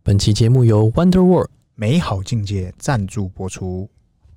本期节目由 Wonder World 美好境界赞助播出。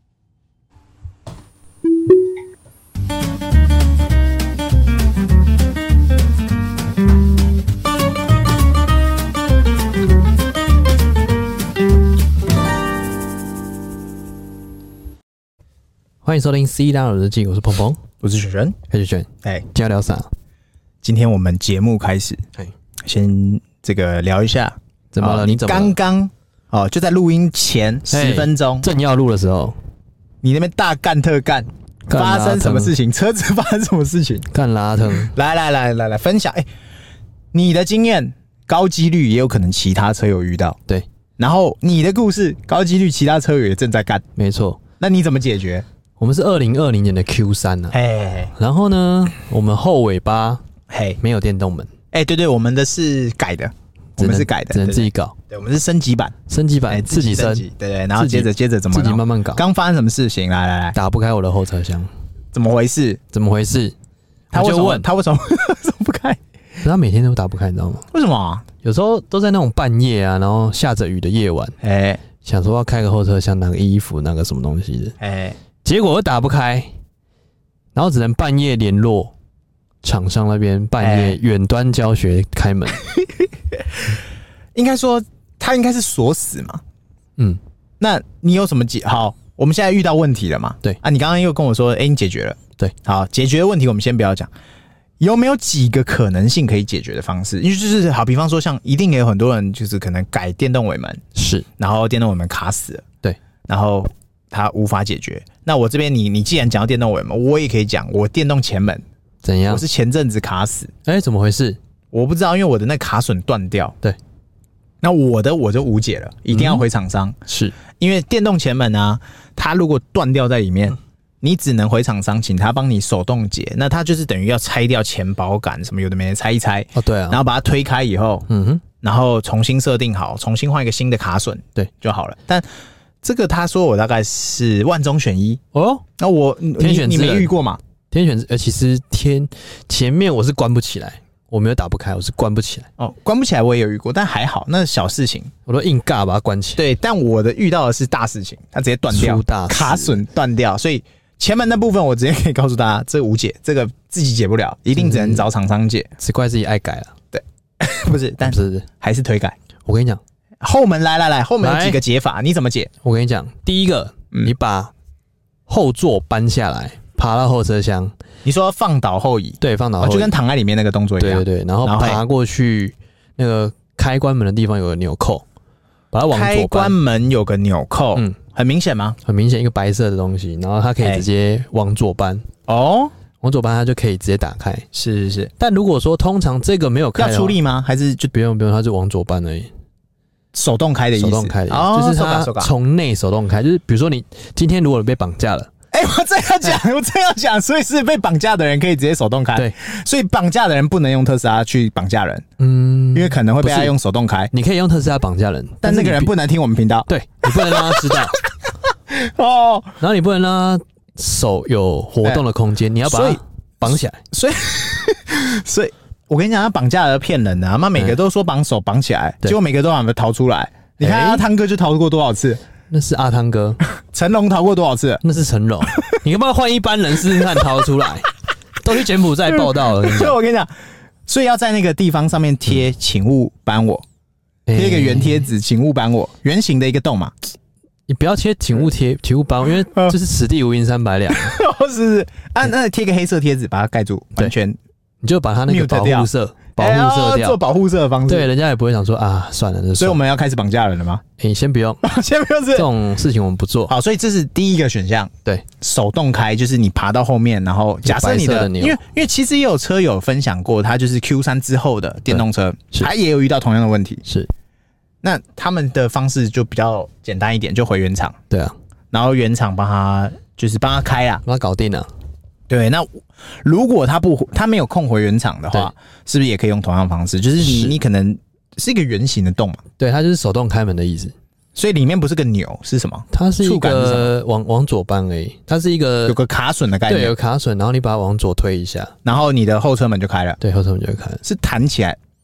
欢迎收听《C 大佬日记》，我是鹏鹏， 我是璇璇， 开始璇。今天要聊啥？ 今天我们节目开始，先这个聊一下， 怎么了？你怎么了？ 刚刚就在录音前10分钟， 正要录的时候， 你那边大干特干，发生什么事情？车子发生什么事情？ 干拉腾！ 来分享，你的经验高几率也有可能其他车友遇到， 对。 然后你的故事高几率其他车友也正在干， 没错。 那你怎么解决？ 我们是2020年的 Q3 啊，然后呢，我们后尾巴没有电动门， 对，我们的是改的，我们是改的， 只能自己搞。 对，我们是升级版，自己升级，对，然后接着怎么自己慢慢搞。 刚发生什么事情？来， 打不开我的后车厢， 怎么回事？他就问他为什么不开？ 可是他每天都打不开，你知道吗？ 为什么啊？ 有时候都在那种半夜啊，然后下着雨的夜晚，想说要开个后车厢，拿个衣服，拿个什么东西的，结果又打不开，然后只能半夜联络厂商那边，半夜远端教学开门。 应该说他应该是锁死嘛。那你有什么好？我们现在遇到问题了嘛？ 对啊，你刚刚又跟我说，你解决了。 对， 好，解决的问题我们先不要讲。有没有几个可能性可以解决的方式？因为就是好，比方说像一定也有很多人就是可能改电动尾门， 是，然后电动尾门卡死了， 对， 然后他无法解决。那我这边你既然讲到电动尾门，我也可以讲我电动前门怎样？ 我是前阵子卡死， 怎么回事？ 我不知道，因为我的那卡榫断掉， 对， 那我就无解了，一定要回厂商， 是因为电动前门啊，它如果断掉在里面。你只能回厂商，请他帮你手动解，那他就是等于要拆掉前保杆什么有的没的拆一拆， 对啊， 然后把它推开以后，然后重新设定好，重新换一个新的卡榫， 对就好了。但这个他说我大概是万中选一哦， 那我你没遇过吗？ 天选其实前面我是关不起来，我没有打不开，我是关不起来。 关不起来我也有遇过，但还好，那小事情， 我都硬尬把它关起来。 对，但我的遇到的是大事情，它直接断掉，卡榫断掉，所以。前门的部分，我直接可以告诉大家，这无解，这个自己解不了，一定只能找厂商解。 只怪自己爱改了。 对，不是，但是还是推改。 我跟你讲， 后门来，后门有几个解法，你怎么解？ 我跟你讲，第一个，你把后座搬下来，爬到后车厢。 你说放倒后椅？ 对，放倒后椅， 就跟躺在里面那个动作一样。 对，然后爬过去那个开关门的地方有个纽扣，把它往左搬。 开关门有个纽扣，很明显吗？ 很明显，一个白色的东西，然后它可以直接往左搬。往左搬它就可以直接打开。 是。 但如果说通常这个没有开， 要出力吗？还是就不用，它就往左搬而已。 手动开的意思。 就是它从内手动开，就是比如说你今天如果被绑架了。 我正要讲，所以是被绑架的人可以直接手动开。 对， 所以绑架的人不能用特斯拉去绑架人。因为可能会被他用手动开。 你可以用特斯拉绑架人， 但那个人不能听我们频道。 对，你不能让他知道。然后你不能让他手有活动的空间，你要把他绑起来。 所以我跟你讲，他绑架的骗人的，他每个都说绑手绑起来，结果每个都还没逃出来。你看阿汤哥就逃过多少次？ 那是阿汤哥。 成龙逃过多少次？ 那是成龙。你要不要换一般人试试看逃出来？都去柬埔寨报道了。 所以我跟你讲，所以要在那个地方上面贴请勿搬我，贴一个圆贴纸，请勿搬我，圆形的一个洞嘛。 你不要贴请勿搬我，因为这是此地无银三百两。 是那贴个黑色贴纸把它盖住，完全你就把它那个保护色掉， 做保护色的方式。 对，人家也不会想说算了。 所以我们要开始绑架人了吗？ 先不用，这种事情我们不做。 好，所以这是第一个选项。 对， 手动开就是你爬到后面，然后假设你的，因为其实也有车友分享过，他就是 Q3 之后的电动车，他也有遇到同样的问题。 是， 那他们的方式就比较简单一点，就回原厂。 对啊，然后原厂帮他开啊， 帮他搞定了。 对，那如果他没有空回原厂的话，是不是也可以用同样的方式？就是你可能是一个圆形的洞嘛？ 对，它就是手动开门的意思。 所以里面不是个钮是什么？ 它是一个往左搬而已，它是一个有个卡榫的概念。 对，有卡榫，然后你把它往左推一下， 然后你的后车门就开了。 对，后车门就会开了， 是弹起来，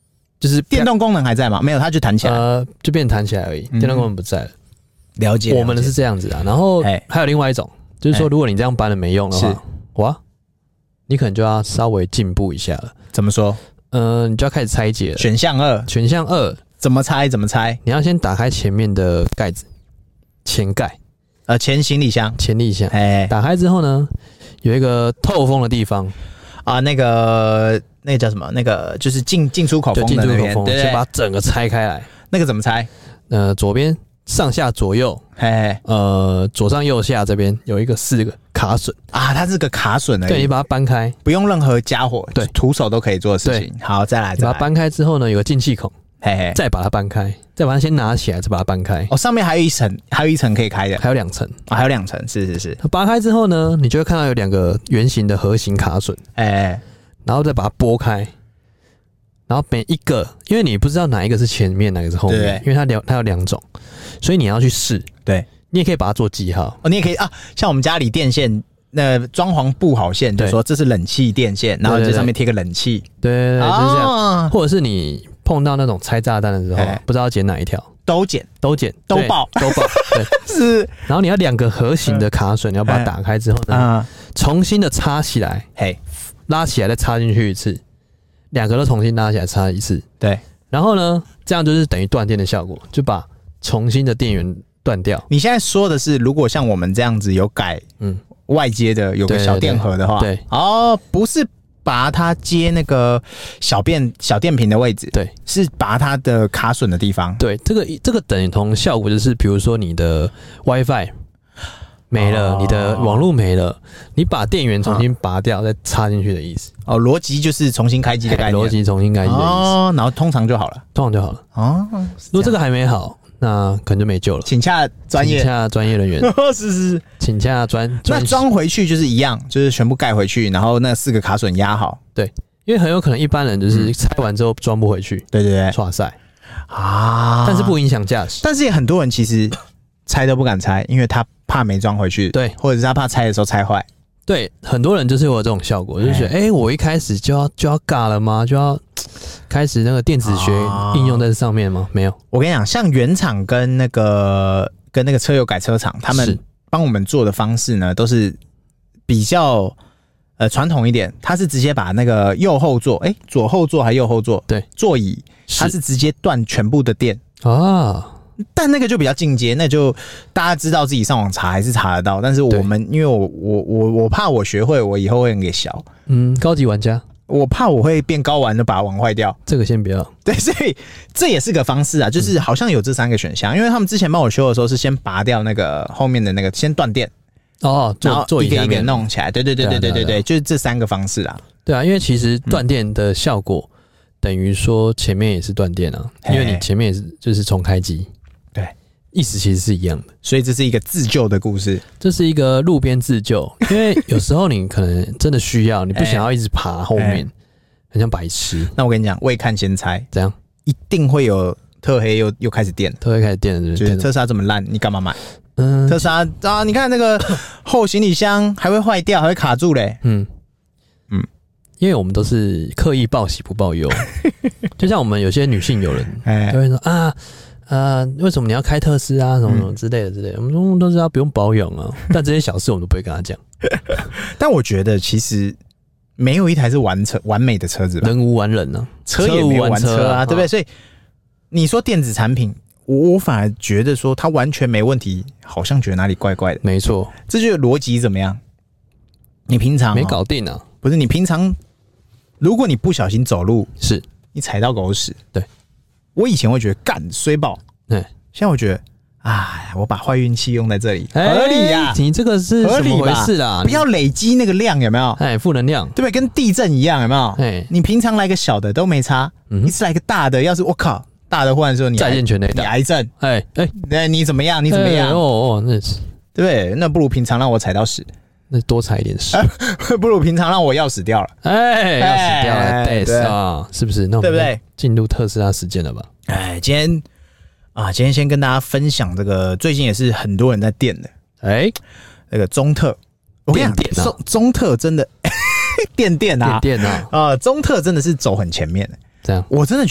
就是电动功能还在吗？没有，它就弹起来， 就变弹起来而已，电动功能不在了。 了解， 我们的是这样子啊。然后还有另外一种，就是说，如果你这样搬了没用的话，哇，你可能就要稍微进步一下了。 怎么说？ 你就要开始拆解了。选项二怎么拆？ 你要先打开前面的盖子，前盖， 前行李箱， 打开之后呢，有一个透风的地方啊，那个叫什么？那个就是进出口风的那边，对， 先把整个拆开来。 那个怎么拆？ 左边上下左右，左上右下这边有一个4个卡榫啊，它是个卡榫而已。 对，你把它搬开， 不用任何家伙，对，徒手都可以做的事情。好，再来， 把它搬开之后呢，有个进气孔，再把它搬开，再把它先拿起来，再把它搬开。 上面还有一层可以开的， 还有2层啊，还有2层，是。 拔开之后呢，你就会看到有2个圆形的盒形卡榫，然后再把它拨开。然后每一个，因为你不知道哪一个是前面，哪个是后面，因为它有2种，所以你要去试。 对， 你也可以把它做记号。 你也可以啊，像我们家里电线装潢布好线，就说这是冷气电线，然后这上面贴个冷气。 对，就是这样。或者是你碰到那种拆炸弹的时候，不知道捡哪一条， 都捡，都爆。 对，是。然后你要2个盒形的卡榫，你要把它打开之后呢，重新的插起来，拉起来再插进去一次。2个都重新拉起来插一次， 对， 然后呢，这样就是等于断电的效果，就把重新的电源断掉。 你现在说的是，如果像我们这样子有改外接的，有个小电盒的话， 对， 不是拔它接那个小电瓶的位置， 对， 是拔它的卡榫的地方， 对，这个等同效果就是，比如说你的 WiFi 没了，你的网络没了，你把电源重新拔掉，再插进去的意思。 逻辑就是重新开机的概念。 逻辑重新开机的意思。 然后通常就好了。 如果这个还没好，那可能就没救了。 请洽专业人员。 是。请洽那装回去就是一样，就是全部盖回去，然后那4个卡榫压好。 对，因为很有可能一般人就是拆完之后装不回去。 对。 唰塞啊！但是不影响驾驶。 但是也很多人其实拆都不敢拆，因为他怕没装回去，对，或者是他怕拆的时候拆坏。 对，很多人就是有这种效果，就是觉得，我一开始就要尬了吗？就要开始那个电子学应用在这上面吗？没有。我跟你讲，像原厂跟那个车友改车厂，他们帮我们做的方式呢，都是比较传统一点。他是直接把那个右后座，左后座还右后座，对，座椅，他是直接断全部的电啊。但那个就比较进阶，那就大家知道自己上网查还是查得到。但是我们因为我怕我学会，我以后会很给小， 高级玩家， 我怕我会变高玩的把它玩坏掉。这个先不要。对，所以这也是个方式啊，就是好像有这3个选项，因为他们之前帮我修的时候是先拔掉那个后面的那个，先断电哦，然后一个一个弄起来。对，就是这3个方式啊。对啊，因为其实断电的效果等于说前面也是断电啊，因为你前面也是就是重开机。对，意思其实是一样的，所以这是一个自救的故事，这是一个路边自救。因为有时候你可能真的需要，你不想要一直爬后面，很像白痴。那我跟你讲，未看先猜，怎样？一定会有特黑又开始电，特黑开始电了，是不是？就是特斯拉这么烂，你干嘛买？特斯拉啊，你看那个后行李箱还会坏掉，还会卡住嘞。因为我们都是刻意报喜不报忧，就像我们有些女性友人就会说为什么你要开特斯拉什么什么之类的，我们都知道不用保养啊，但这些小事我们都不会跟他讲。但我觉得其实没有一台是完美的车子吧，人无完人啊，车也没有完车啊，对不对？所以你说电子产品，我反而觉得说它完全没问题，好像觉得哪里怪怪的。没错，这就是逻辑怎么样？你平常没搞定啊？不是，你平常如果你不小心走路，是你踩到狗屎，对。我以前会觉得干衰爆，对，现在我觉得，我把坏运气用在这里，合理呀。你这个是怎么回事啦？不要累积那个量，有没有？负能量，对不对？跟地震一样，有没有？你平常来个小的都没差，一次来个大的，要是我靠，大的忽然说你再见全垒打，你癌症，你怎么样？你怎么样？那是对不对？那不如平常让我踩到屎。那多踩一点屎，不如平常让我要死掉了。要死掉了，对啊，是不是？那我们对不对？进入特斯拉时间了吧？今天先跟大家分享这个，最近也是很多人在电的。那个中特，我跟你讲，中特真的电啊，中特真的是走很前面的。这样，我真的觉得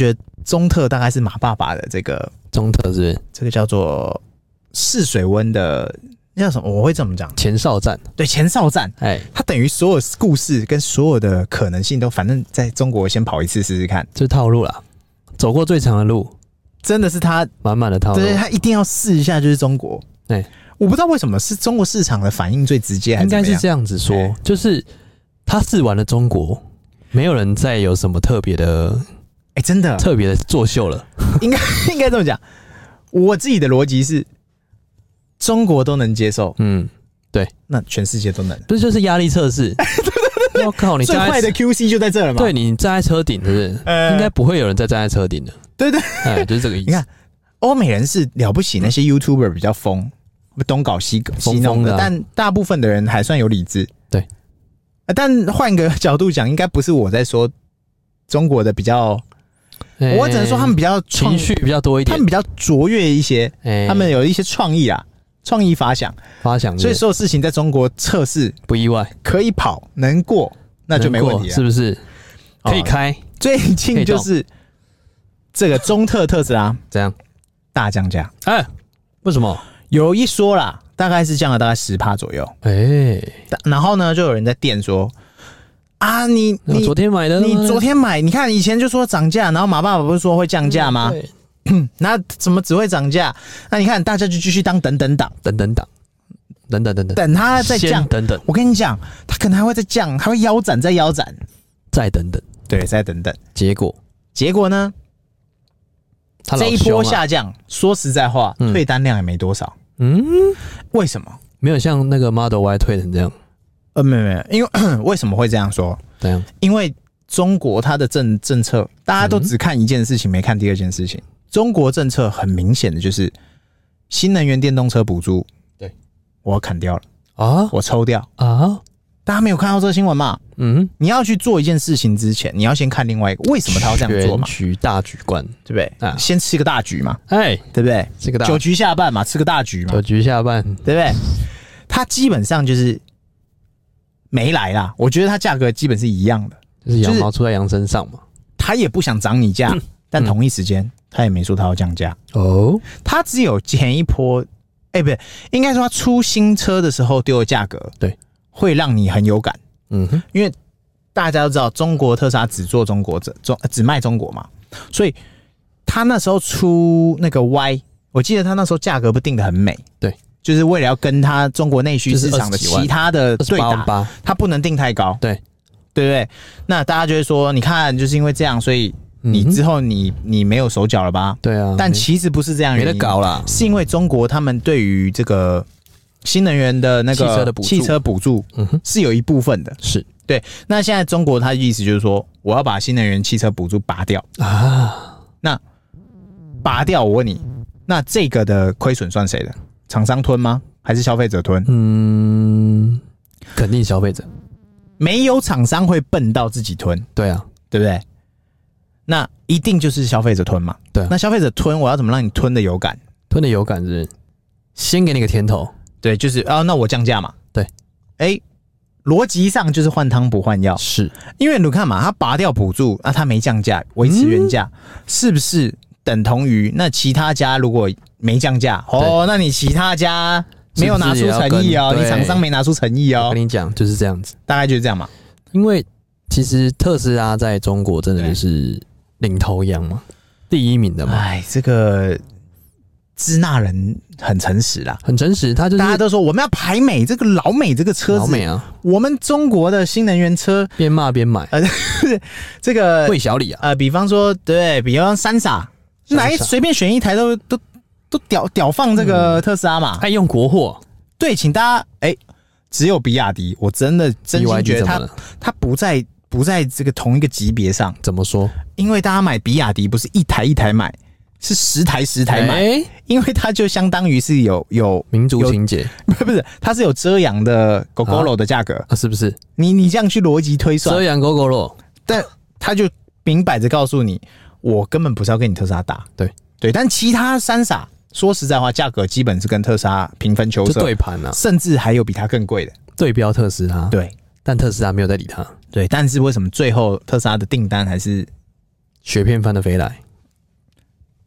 中特大概是马爸爸的这个中特是不是这个叫做试水温的那叫什么？我会这么讲， 前哨站。 对，前哨站。它等于所有故事跟所有的可能性都，反正在中国先跑一次试试看， 就是套路啦。走过最长的路， 真的是他满满的套路。 对，他一定要试一下，就是中国。我不知道为什么是中国市场的反应最直接，还是怎么样？ 应该是这样子说，就是他试完了中国，没有人再有什么特别的， 真的特别的作秀了。 应该这么讲。我自己的逻辑是，中国都能接受， 对， 那全世界都能， 这就是压力测试。我靠，你最快的 QC 就在这了嘛？ 对，你站在车顶，是不是？应该不会有人再站在车顶的。 对， 就是这个意思。 你看，欧美人是了不起，那些 YouTuber 比较疯，东搞西弄的，但大部分的人还算有理智。 对， 但换个角度讲，应该不是我在说中国的比较，我只能说他们比较情绪比较多一点， 他们比较卓越一些，他们有一些创意啊。创意发想，所以所有事情在中国测试不意外， 可以跑能过，那就没问题了， 是不是？可以开。 最近就是这个中特特斯拉怎样大降价？ 为什么？ 有一说啦，大概是降了大概10%左右。然后呢，就有人在电说啊，你昨天买的， 你昨天买，你看以前就说涨价，然后马爸爸不是说会降价吗？那怎么只会涨价？那你看大家就继续当等等党，等它再降， 等。我跟你讲，它可能还会再降，还会腰斩再腰斩， 再等等， 对，再等等。 结果呢？ 这一波下降，说实在话，退单量也没多少。为什么？ 没有像那个 Model Y 退成这样。 没有，因为为什么会这样说？ 怎样？ 因为中国它的政策，大家都只看一件事情，没看第二件事情。中国政策很明显的就是新能源电动车补助，对，我砍掉了啊，我抽掉啊。大家没有看到这个新闻吗？你要去做一件事情之前，你要先看另外一个，为什么他要这样做嘛？ 全局大局观， 对不对？先吃个大局嘛， 对不对？ 吃个大 9局下半嘛，吃个大局嘛 ，9局下半， 对不对？他基本上就是没来啦，我觉得它价格基本是一样的， 就是羊毛出在羊身上嘛。 他也不想涨你价，但同一时间他也没说他要降价哦， 他只有前一波，不对，应该说他出新车的时候丢的价格，对，会让你很有感，因为大家都知道中国特斯拉只做中国，只卖中国嘛，所以他那时候出那个 Y， 我记得他那时候价格不定得很美，对，就是为了要跟他中国内需市场的其他的对打，他不能定太高，对不对？那大家就会说，你看，就是因为这样，所以你之后你没有手脚了吧？对啊，但其实不是这样， 没得搞啦， 是因为中国他们对于这个新能源的那个汽车补助，是有一部分的，是对。那现在中国他的意思就是说，我要把新能源汽车补助拔掉啊。那拔掉，我问你，那这个的亏损算谁的？厂商吞吗？还是消费者吞？ 肯定消费者。 没有厂商会笨到自己吞，对啊，对不对？那一定就是消费者吞嘛，对。那消费者吞，我要怎么让你吞的有感？ 吞的有感是先给你个甜头， 对，就是那我降价嘛，对。逻辑上就是换汤不换药，是因为你看嘛，他拔掉补助，他没降价，维持原价，是不是等同于那其他家如果没降价，那你其他家没有拿出诚意哦，你厂商没拿出诚意哦。 我跟你讲，就是这样子， 大概就是这样嘛。 因为其实特斯拉在中国真的就是领头羊嘛，第一名的嘛。 这个支那人很诚实啦， 很诚实，他就是大家都说我们要排美，这个老美这个车子，老美啊，我们中国的新能源车， 边骂边买， 这个魏小李啊， 比方说，对，比方三傻，随便选一台都屌放这个特斯拉嘛， 爱用国货。 对，请大家只有比亚迪，我真心觉得他不在这个同一个级别上。怎么说？因为大家买比亚迪不是一台一台买，是10台买，因为它就相当于是有民族情节， 不是，它是有遮阳的 Gogoro 的价格是不是？ 你这样去逻辑推算， 遮阳 Gogoro， 但他就明摆着告诉你，我根本不是要跟你特斯拉打，对，但其他三傻。说实在话，价格基本是跟特斯拉平分秋色， 就对盘啊， 甚至还有比它更贵的对标特斯拉。对，但特斯拉没有在理它。 对，但是为什么最后特斯拉的订单还是雪片般的飞来？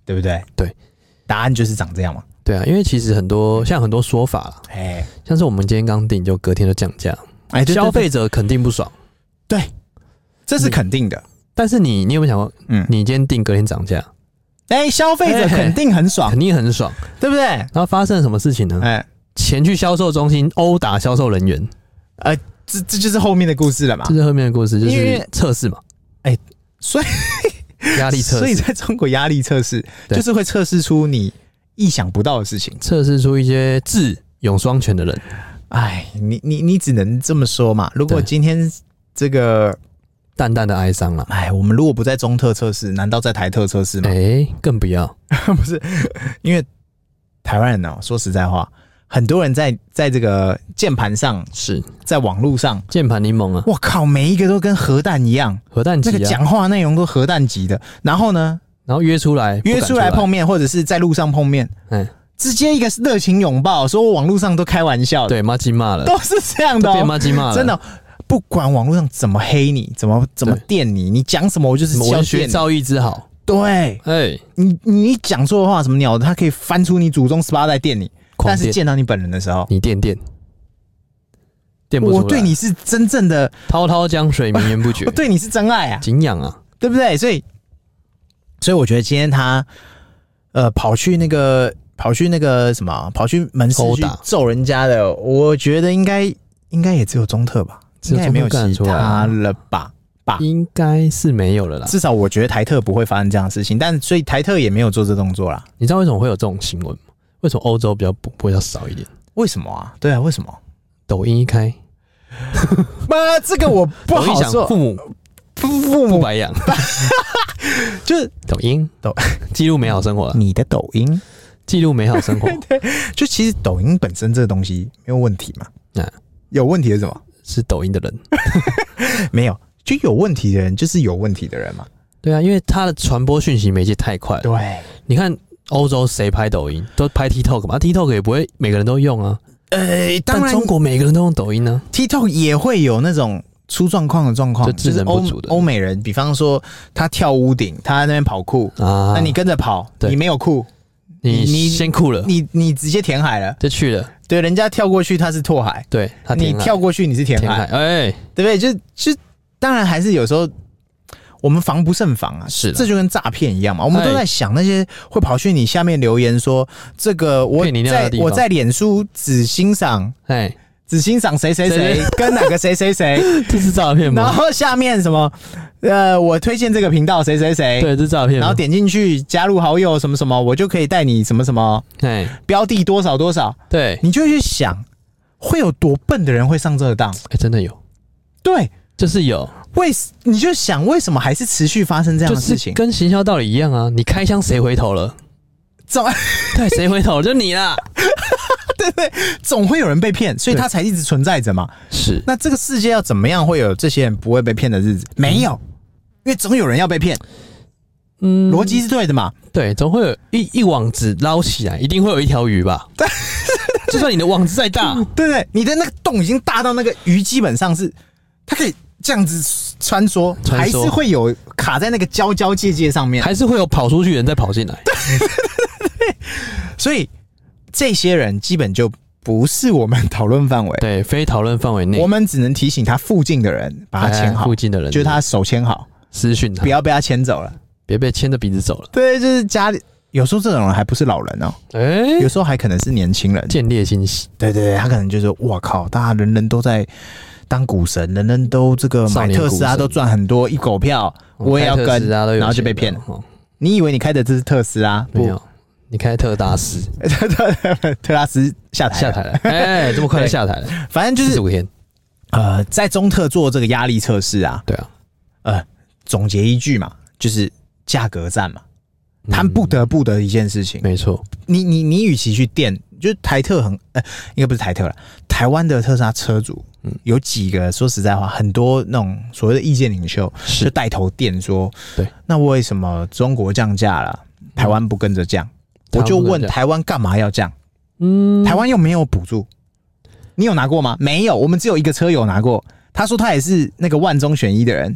对不对？ 对， 答案就是长这样嘛。 对啊，因为其实很多说法啦，像是我们今天刚订，就隔天就降价，消费者肯定不爽。 对，这是肯定的。 但是你有没有想过，你今天订，隔天涨价， 消费者肯定很爽， 肯定很爽， 对不对？ 然后发生了什么事情呢？前去销售中心殴打销售人员， 这就是后面的故事了嘛。 这是后面的故事，就是测试嘛。 所以压力测试， 所以在中国压力测试就是会测试出你意想不到的事情， 测试出一些智勇双全的人。 你只能这么说嘛。如果今天这个淡淡的哀伤了， 我们如果不在中特测试，难道在台特测试吗？ 更不要。 不是，因为台湾人呢，说实在话，很多人在这个键盘上， 是在网络上， 键盘柠檬啊！ 我靠，每一个都跟核弹一样， 核弹级啊， 那个讲话内容都核弹级的。然后呢， 约出来碰面，或者是在路上碰面，直接一个热情拥抱，说我网络上都开玩笑的， 对，骂鸡骂了， 都是这样的， 变骂鸡骂了， 真的。不管网络上怎么黑你，怎么电你讲什么，我就是文学造诣之好。 对，你讲错的话，什么鸟的，他可以翻出你祖宗18代电你。但是见到你本人的时候， 你电不出来。 我对你是真正的滔滔江水绵延不绝， 我对你是真爱啊， 敬仰啊， 对不对？所以我觉得今天他跑去那个什么，跑去门市去揍人家的，我觉得应该也只有中特吧，应该也没有其他了吧？ 应该是没有了啦。 至少我觉得台特不会发生这样的事情，但所以台特也没有做这动作啦。 你知道为什么会有这种新闻吗？为什么欧洲比较少一点？ 为什么啊？对啊，为什么？ 抖音一开， 这个我不好说。父母白养， 就是抖音记录美好生活。 你的抖音记录美好生活， 对，就其实抖音本身这个东西没有问题嘛。有问题是什么？ 是抖音的人没有，就有问题的人就是有问题的人嘛。 对啊，因为他的传播讯息媒介太快了。 对， 你看欧洲谁拍抖音，都拍 TikTok 嘛 ，TikTok 也不会每个人都用啊。 当然中国每个人都用抖音呢 ，TikTok 也会有那种出状况的状况， 就自人不足的欧美人，比方说他跳屋顶，他在那边跑酷啊，那你跟着跑，你没有酷， 你先酷了， 你直接填海了， 就去了。 对，人家跳过去他是拓海， 对， 你跳过去你是填海，对不对？就当然还是有时候我们防不胜防啊， 是， 这就跟诈骗一样嘛。我们都在想那些会跑去你下面留言说这个我在脸书只欣赏谁谁谁跟哪个谁谁谁， 这是诈骗吗？ 然后下面什么我推荐这个频道谁谁谁， 对，这是诈骗。 然后点进去加入好友什么什么，我就可以带你什么什么，标的多少多少， 对， 你就会去想会有多笨的人会上这个当？ 真的有， 对， 就是有。 你就想为什么还是持续发生这样的事情？ 跟行销道理一样啊，你开枪谁回头了？对，谁回头了就你啦。 对对，总会有人被骗，所以他才一直存在着嘛。 是， 那这个世界要怎么样会有这些人不会被骗的日子？没有，因为总有人要被骗。逻辑是对的嘛？ 对，总会有一网子捞起来，一定会有一条鱼吧？对，就算你的网子再大， 对对，你的那个洞已经大到那个鱼基本上是它可以这样子穿梭，还是会有卡在那个交界上面， 还是会有跑出去人再跑进来。 对，所以这些人基本就不是我们讨论范围， 对，非讨论范围内。 我们只能提醒他附近的人，把他牵好， 附近的人就是他手牵好， 私讯他， 不要被他牵走了， 别被牵着鼻子走了。 对，就是家里有时候这种人还不是老人哦，有时候还可能是年轻人， 见猎心喜。 对对对，他可能就是哇靠，大家人人都在当股神，人人都这个买特斯拉都赚很多，一狗票我也要跟，然后就被骗了。你以为你开的这是特斯拉？ 没有，你开特拉斯， 特拉斯下台了，这么快就下台了？ 反正就是 45天。 在中特做这个压力测试啊， 对啊， 总结一句嘛，就是价格战嘛，他们不得不的一件事情。 没错， 你与其去垫，就是台特应该不是台特了，台湾的特斯拉车主，有几个说实在话，很多那种所谓的意见领袖就带头垫说， 对， 那为什么中国降价了，台湾不跟着降？我就问台湾干嘛要降？台湾又没有补助，你有拿过吗？没有，我们只有一个车友拿过。他说他也是那个万中选一的人，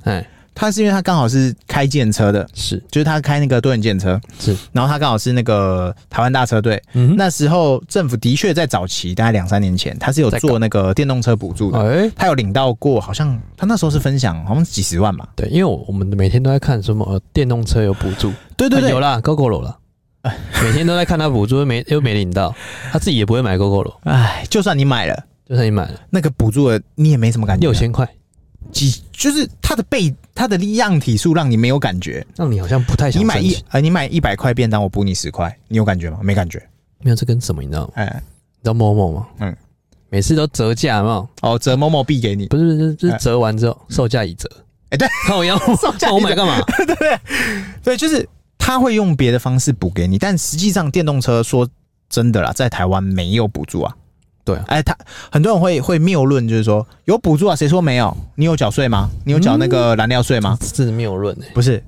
他是因为他刚好是开计程车的， 是， 就是他开那个多人计程车， 是， 然后他刚好是那个台湾大车队，那时候政府的确在早期，大概2-3年前，他是有做那个电动车补助的，他有领到过，好像他那时候是分享，好像几10万吧。 对，因为我们每天都在看什么电动车有补助， 对， 有啦 ，GoGo 了。每天都在看他补助，又没领到，他自己也不会买 GoGo 哎，就算你买了，那个补助的你也没什么感觉 ，6000块， 就是它的样体数让你没有感觉， 让你好像不太想你买100块便当，我补你10块，你有感觉吗？没感觉。 没有，这跟什么你知道吗？你知道 Momo 吗？每次都折价，有没有？ 哦，折 Momo 币给你， 不是，就是折完之后售价已折。 对， 看我要售价，我买干嘛？ 对，就是他会用别的方式补给你，但实际上电动车说真的啦，在台湾没有补助啊。 对啊， 他很多人会谬论，就是说有补助啊，谁说没有？你有缴税吗？你有缴那个燃料税吗？ 这是谬论不是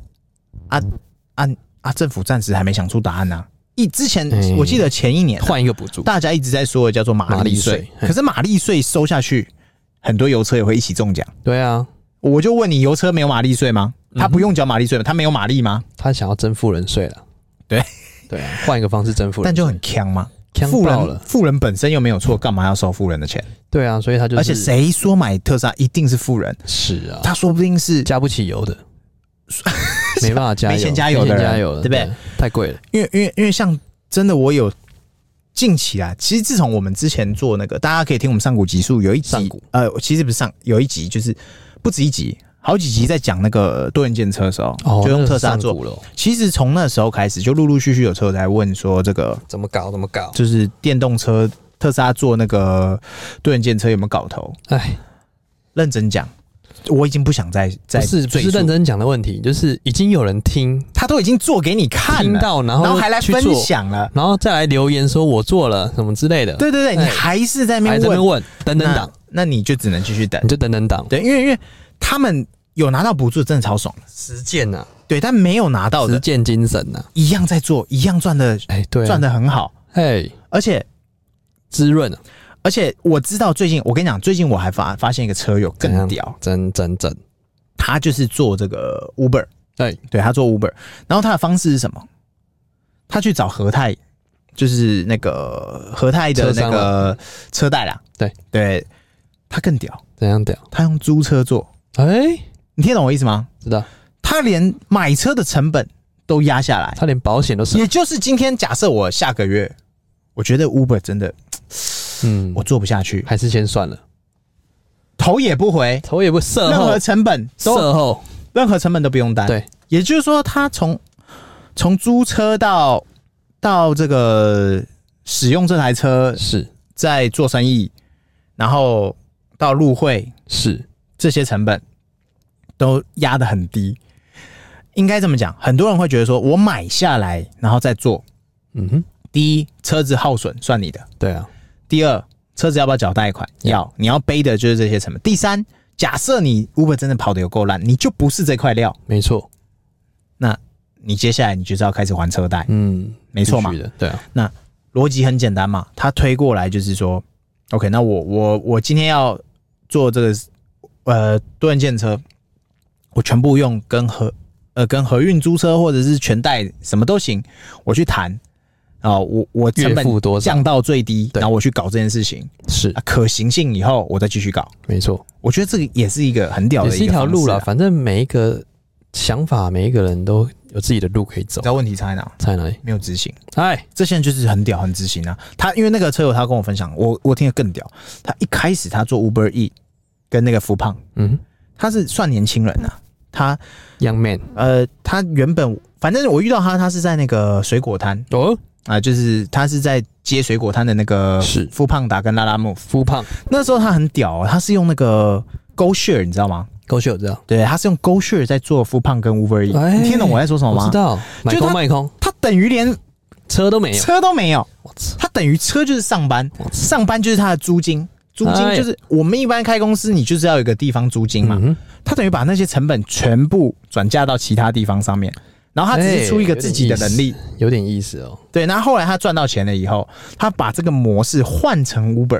政府暂时还没想出答案啊。之前我记得前1年换一个补助， 大家一直在说的叫做马力税，可是马力税收下去，很多油车也会一起中奖。 对啊， 我就问你，油车没有马力税吗？他不用缴马力税吗？他没有马力吗？ 他想要征富人税了。对啊，换一个方式征富人税， 但就很呛嘛。富人本身又没有错，干嘛要收富人的钱？ 对啊，所以他就是， 而且谁说买特斯拉一定是富人？ 是啊， 他说不定是加不起油的，没办法加油， 没钱加油的人， 对不对？太贵了。 因为像真的，我有近期啦，其实自从我们之前做那个，大家可以听我们上古集数有一集，其实不是有一集，就是不止一集。好几集在讲那个多人计程车的时候，就用特斯拉做。其实从那时候开始，就陆陆续续有车友在问说，这个怎么搞？ 就是电动车特斯拉做那个多人计程车有没有搞头？哎，认真讲，我已经不想再不是认真讲的问题，就是已经有人听， 他都已经做给你看了， 听到然后还来分享了， 然后再来留言说我做了什么之类的。 对，你还是在那边问，等档， 那你就只能继续等， 你就等档。 对，因为他们有拿到补助，真的超爽的。 实践呐， 对，但没有拿到的实践精神呐， 一样在做，一样赚的， 对， 赚的很好，而且滋润啊。 而且我知道最近，我跟你讲，最近我还发现一个车友更屌， 真， 他就是做这个 Uber， 对，他做 Uber， 然后他的方式是什么？他去找和泰，就是那个和泰的那个车贷啦，对，他更屌， 怎样屌？ 他用租车做。你听懂我意思吗？ 知道。 他连买车的成本都压下来， 他连保险都省。 也就是今天，假设我下个月，我觉得 Uber 真的，我做不下去， 还是先算了， 头也不回， 售后任何成本售后， 任何成本都不用担。 对， 也就是说，他从租车到这个使用这台车是在做生意，然后到入会是。 这些成本都压得很低，应该这么讲。很多人会觉得说，我买下来然后再做，第一，车子耗损算你的， 对啊。 第二，车子要不要缴贷款？要，你要背的就是这些成本。第三，假设你 Uber 真的跑得有够烂，你就不是这块料， 没错。 那你接下来你就是要开始还车贷，没错嘛， 对啊。 那逻辑很简单嘛，他推过来就是说 ，OK， 那我今天要做这个。多人计程车，我全部用跟合运租车或者是全贷什么都行，我去谈啊，我成本降到最低，然后我去搞这件事情， 是可行性以后我再继续搞， 没错。 我觉得这个也是一个很屌的一个方式， 也是一条路啦。反正每一个想法，每一个人都有自己的路可以走。 知道问题差在哪？ 差在哪里？ 没有执行。这些人就是很屌，很执行啊。他因为那个车友他跟我分享，我听得更屌。他一开始他做 Uber E。跟那个福胖，他是算年轻人啊，他 young man， 他原本反正我遇到他是在那个水果摊就是他是在接水果摊的那个富胖达跟拉拉木富胖， 那时候他很屌他是用那个 GoShare 你知道吗 ？GoShare 知道， 对，他是用 GoShare 在做富胖跟 Uber E，你听懂我在说什么吗？ 我知道，卖空， 他等于连车都没有， 他等于车就是上班就是他的租金就是我们一般开公司，你就是要有一个地方租金嘛。他等于把那些成本全部转嫁到其他地方上面，然后他只是出一个自己的能力， 有点意思哦。 对，然后后来他赚到钱了以后，他把这个模式换成 Uber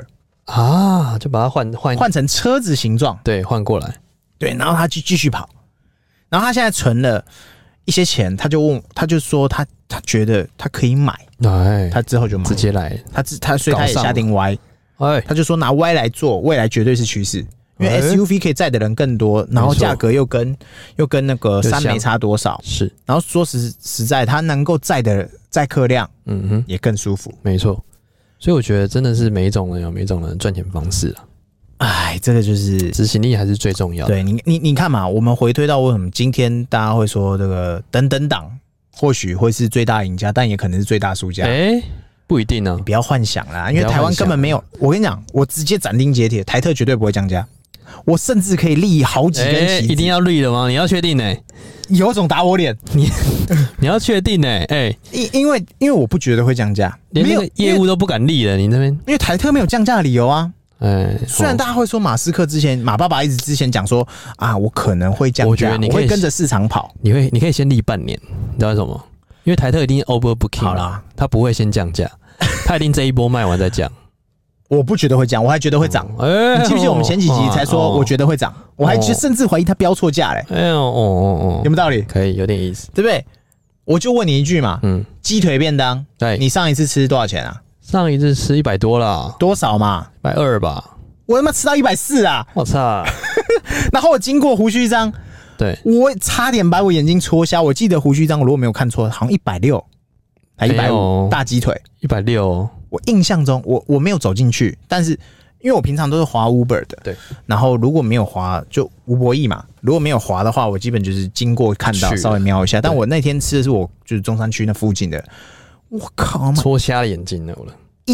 就把它换成车子形状， 对，换过来， 对，然后他继续跑， 然后他现在存了一些钱，他就说他觉得他可以买，他之后就买， 直接来， 所以他也下定 Y， 他就说拿 Y 来做，未来绝对是趋势，因为 SUV 可以载的人更多，然后价格又跟那个3没差多少， 是， 然后说实在，它能够载客量，也更舒服， 没错。所以我觉得真的是每一种人有每一种人赚钱方式啊。 哎，这个就是执行力还是最重要的。 对你看嘛，我们回推到为什么今天大家会说这个等等党或许会是最大赢家，但也可能是最大输家。 不一定啊， 你不要幻想啦，因为台湾根本没有。我跟你讲，我直接斩钉截铁，台特绝对不会降价。我甚至可以立好几根旗子。 一定要立了吗？你要确定呢？ 有种打我脸！ 你要确定呢？ 因为我不觉得会降价， 连那个业务都不敢立了。你那边因为台特没有降价的理由啊。虽然大家会说马斯克马爸爸一直之前讲说啊，我可能会降价，我觉得我会跟着市场跑。 你可以先立半年，你知道为什么？因为台特一定 overbooking 好啦，他不会先降价，他一定这一波卖完再降。 我不觉得会降，我还觉得会涨。你记不记得我们前几集才说我觉得会涨，我还甚至怀疑他标错价嘞。有没有道理？ 可以，有点意思， 对不对？我就问你一句嘛，鸡腿便当，对，你上一次吃多少钱啊？ 上一次吃100多啦。 多少嘛 ？120吧。 我他妈吃到140啊！ 我操！ 然后我经过胡须章， 对， 我差点把我眼睛戳瞎。我记得胡须章，我如果没有看错，好像160还150大鸡腿 ，160。 我印象中，我没有走进去，但是因为我平常都是滑 Uber 的， 对。 然后如果没有滑，就吴博义嘛。如果没有滑的话，我基本就是经过看到稍微瞄一下。但我那天吃的是就是中山区那附近的，我靠， 戳瞎了眼睛了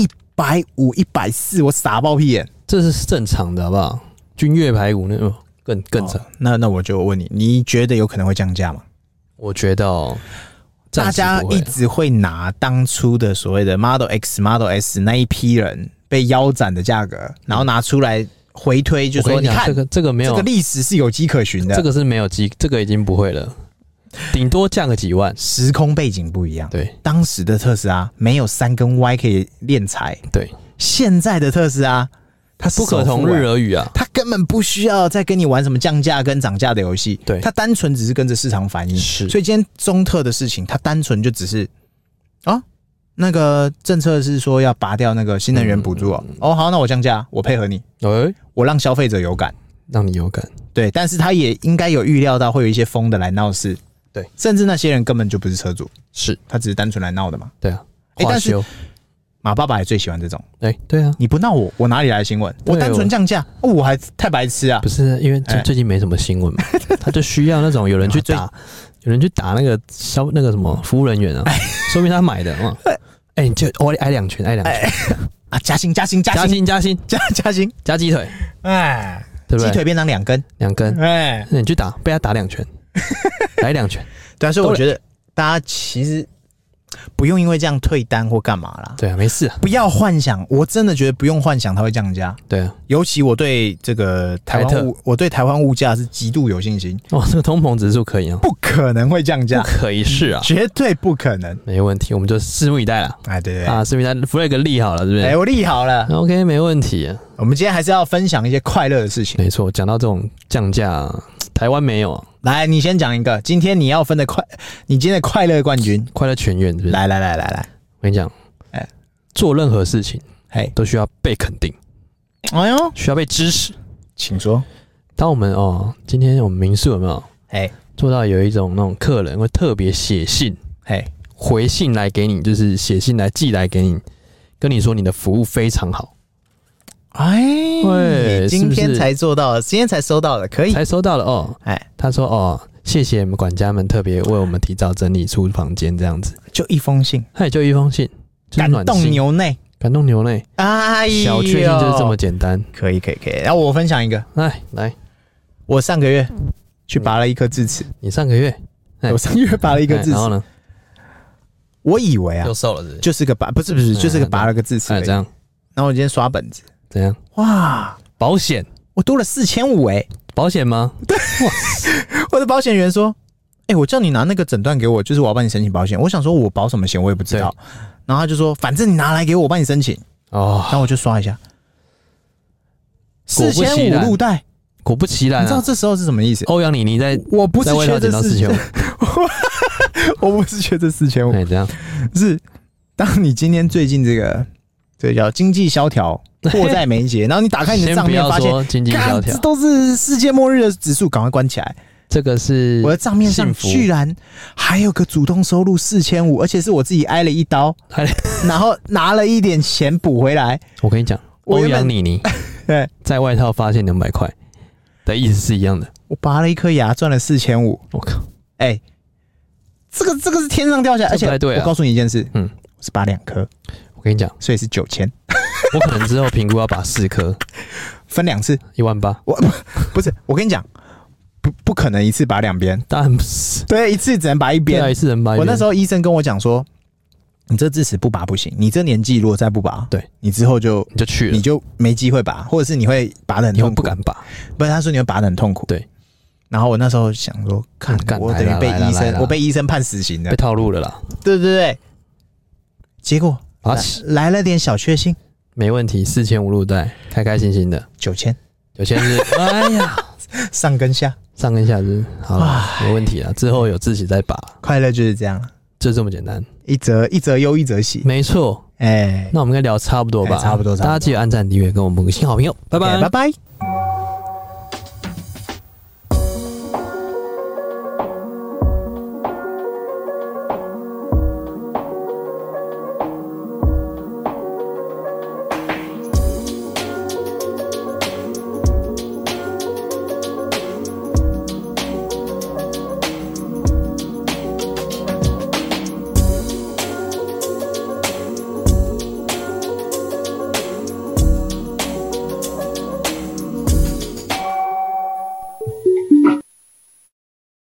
！150、140，我傻爆屁眼。 这是正常的，好不好？君越排骨那种更长。 那我就问你，你觉得有可能会降价吗？ 我觉得大家一直会拿当初的所谓的 Model X、Model S 那一批人被腰斩的价格，然后拿出来回推，就说你看这个没有， 这个历史是有迹可循的。 这个是没有这个已经不会了，顶多降个几万。 时空背景不一样， 对， 当时的特斯拉没有3根 Y 可以敛财， 对， 现在的特斯拉。它不可同日而语啊！ 它根本不需要再跟你玩什么降价跟涨价的游戏， 对， 它单纯只是跟着市场反应。 是， 所以今天中特的事情，它单纯就只是那个政策是说要拔掉那个新能源补助好，那我降价，我配合你，我让消费者有感， 让你有感， 对，但是他也应该有预料到会有一些疯的来闹事， 对， 甚至那些人根本就不是车主， 是他只是单纯来闹的嘛， 对啊， 但是。马爸爸也最喜欢这种， 对啊， 你不闹我哪里来的新闻？我单纯降价，我还太白痴啊！ 不是因为最近没什么新闻嘛，他就需要那种有人去打那个那个什么服务人员啊，说明他买的嘛。你就我挨2拳啊！加薪加鸡腿，对不对？鸡腿变成2根， 那你去打，被他打2拳，来2拳。 对啊，所以我觉得大家其实。不用因为这样退单或干嘛啦。 对啊，没事啊。 不要幻想，我真的觉得不用幻想它会降价。 对啊， 尤其我对这个我对台湾物价是极度有信心。 这个通膨指数可以啊， 不可能会降价， 不可一世啊， 绝对不可能。 没问题，我们就拭目以待了。 对拭目以待 ，flag 立好了，是不是？ 我立好了。 OK， 没问题。 我们今天还是要分享一些快乐的事情。 没错，讲到这种降价，台湾没有。 来，你先讲一个，今天你要分的你今天的快乐冠军， 快乐全员，是不是？ 来， 我跟你讲，做任何事情，都需要被肯定，需要被支持。 请说。 当我们今天我们民宿有没有？做到有一种那种客人会特别写信，回信来给你，就是写信来寄来给你，跟你说你的服务非常好。 今天才做到了，今天才收到了，可以才收到了他说谢谢我们管家们特别为我们提早整理出房间，这样子就一封信， 就一封信， 感动牛内， 小确幸就是这么简单， 可以。然后我分享一个， 来， 我上个月去拔了一颗智齿， 你上个月， 我上个月拔了一颗智齿，然后呢，我以为又瘦了是不是， 就是个拔，不是，就是个拔了个智齿， 这样， 然后我今天刷本子。 怎样？ 哇， 保险我多了4500 保险吗？ 对，我的保险员说，我叫你拿那个诊断给我，就是我要帮你申请保险。我想说我保什么险我也不知道，然后他就说，反正你拿来给我，我帮你申请。然后我就刷一下，4500入袋果不其然， 你知道这时候是什么意思？ 欧阳妮妮在， 我不是缺这 4500， 我不是缺这4500， 哎，这样是当你今天最近这叫经济萧条，迫在眉睫，然后你打开你的账面发现， 经济萧条， 这都是世界末日的指数，赶快关起来。 这个是我的账面上居然还有个主动收入4500，而且是我自己挨了一刀，然后拿了一点钱补回来。 我跟你讲，欧阳妮妮在外套发现200块的意思是一样的。 我拔了一颗牙赚了4500，我靠！哎，这个是天上掉下来，而且我告诉你一件事，我是拔2颗， 我跟你讲， 所以是9000。 我可能之后评估要拔4颗， 分2次 ，18000。 我不是，我跟你讲。不可能一次拔2边， 当然不是。 对，一次只能拔一边。 对，一次能拔一边。 我那时候医生跟我讲说，你这智齿不拔不行，你这年纪如果再不拔， 对， 你之后你就去了，你就没机会拔，或者是你会拔得很痛苦， 你会不敢拔。 不是，他说你会拔得很痛苦。 对。 然后我那时候想说，看我等于被医生，我被医生判死刑了， 被套路了啦。 对对对。结果来了点小确幸， 没问题，4500入袋，开开心心的。 9000 是，哎呀， 上跟下是好了，没问题了。之后有自己再拔， 快乐就是这样， 就这么简单。 一则忧，一则喜， 没错。那我们应该聊差不多吧？ 差不多。 大家记得按赞、订阅，跟我们5个星好评哦。拜拜， 拜拜。